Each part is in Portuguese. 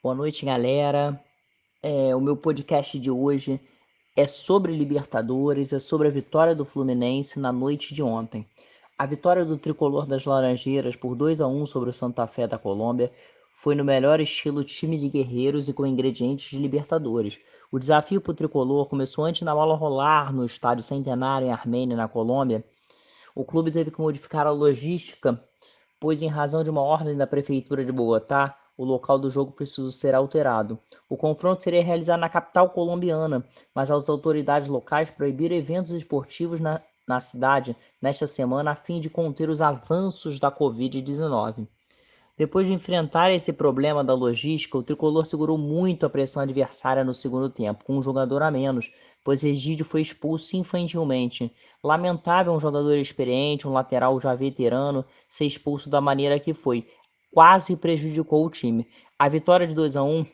Boa noite, galera. O meu podcast de hoje é sobre Libertadores, é sobre a vitória do Fluminense na noite de ontem. A vitória do tricolor das Laranjeiras por 2-1 sobre o Santa Fé da Colômbia foi no melhor estilo time de guerreiros e com ingredientes de Libertadores. O desafio para o tricolor começou antes da bola rolar no estádio Centenário em Armênia, na Colômbia. O clube teve que modificar a logística, pois em razão de uma ordem da Prefeitura de Bogotá, o local do jogo precisou ser alterado. O confronto seria realizado na capital colombiana, mas as autoridades locais proibiram eventos esportivos na cidade nesta semana a fim de conter os avanços da Covid-19. Depois de enfrentar esse problema da logística, o tricolor segurou muito a pressão adversária no segundo tempo, com um jogador a menos, pois Egídio foi expulso infantilmente. Lamentável um jogador experiente, um lateral já veterano, ser expulso da maneira que foi. Quase prejudicou o time. A vitória de 2-1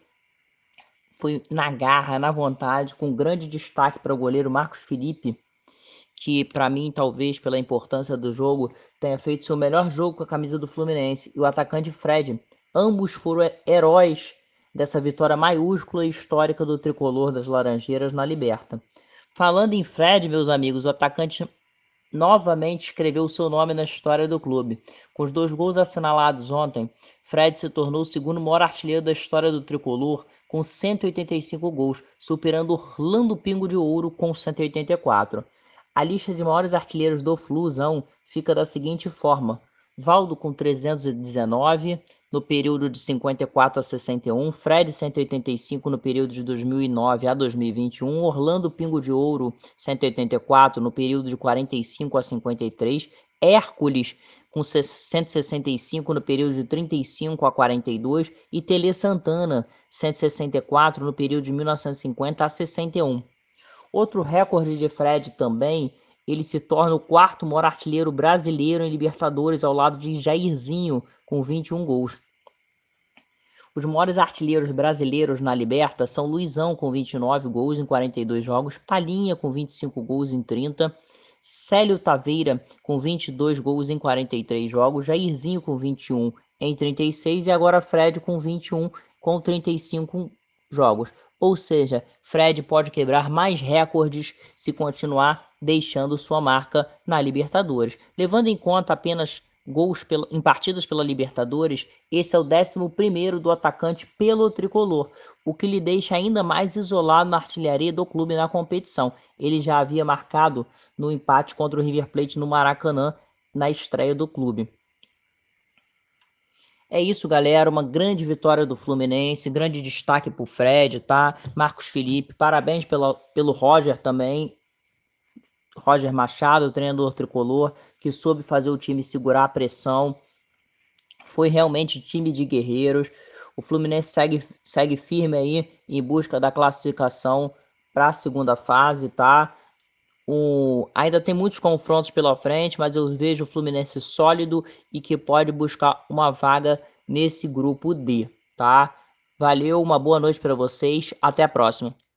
foi na garra, na vontade, com grande destaque para o goleiro Marcos Felipe, que para mim, talvez pela importância do jogo, tenha feito seu melhor jogo com a camisa do Fluminense, e o atacante Fred. Ambos foram heróis dessa vitória maiúscula e histórica do tricolor das Laranjeiras na Liberta. Falando em Fred, meus amigos, o atacante novamente escreveu seu nome na história do clube. Com os 2 gols assinalados ontem, Fred se tornou o segundo maior artilheiro da história do tricolor, com 185 gols, superando Orlando Pingo de Ouro com 184. A lista de maiores artilheiros do Flusão fica da seguinte forma: Valdo com 319 no período de 54 a 61, Fred 185 no período de 2009 a 2021, Orlando Pingo de Ouro 184 no período de 45 a 53, Hércules com 165 no período de 35 a 42 e Tele Santana 164 no período de 1950 a 61. Outro recorde de Fred também, ele se torna o 4º maior artilheiro brasileiro em Libertadores, ao lado de Jairzinho, com 21 gols. Os maiores artilheiros brasileiros na Liberta são Luizão, com 29 gols em 42 jogos, Palhinha, com 25 gols em 30, Célio Taveira, com 22 gols em 43 jogos, Jairzinho, com 21 em 36 e agora Fred, com 21 com 35 jogos. Ou seja, Fred pode quebrar mais recordes se continuar deixando sua marca na Libertadores. Levando em conta apenas gols em partidas pela Libertadores, esse é o 11º do atacante pelo tricolor, o que lhe deixa ainda mais isolado na artilharia do clube na competição. Ele já havia marcado no empate contra o River Plate no Maracanã na estreia do clube. É isso, galera. Uma grande vitória do Fluminense, grande destaque pro Fred, tá? Marcos Felipe, parabéns pelo Roger também. Roger Machado, treinador tricolor, que soube fazer o time segurar a pressão. Foi realmente time de guerreiros. O Fluminense segue firme aí em busca da classificação para a segunda fase, tá? Ainda tem muitos confrontos pela frente, mas eu vejo o Fluminense sólido e que pode buscar uma vaga nesse grupo D, tá? Valeu, uma boa noite para vocês, até a próxima.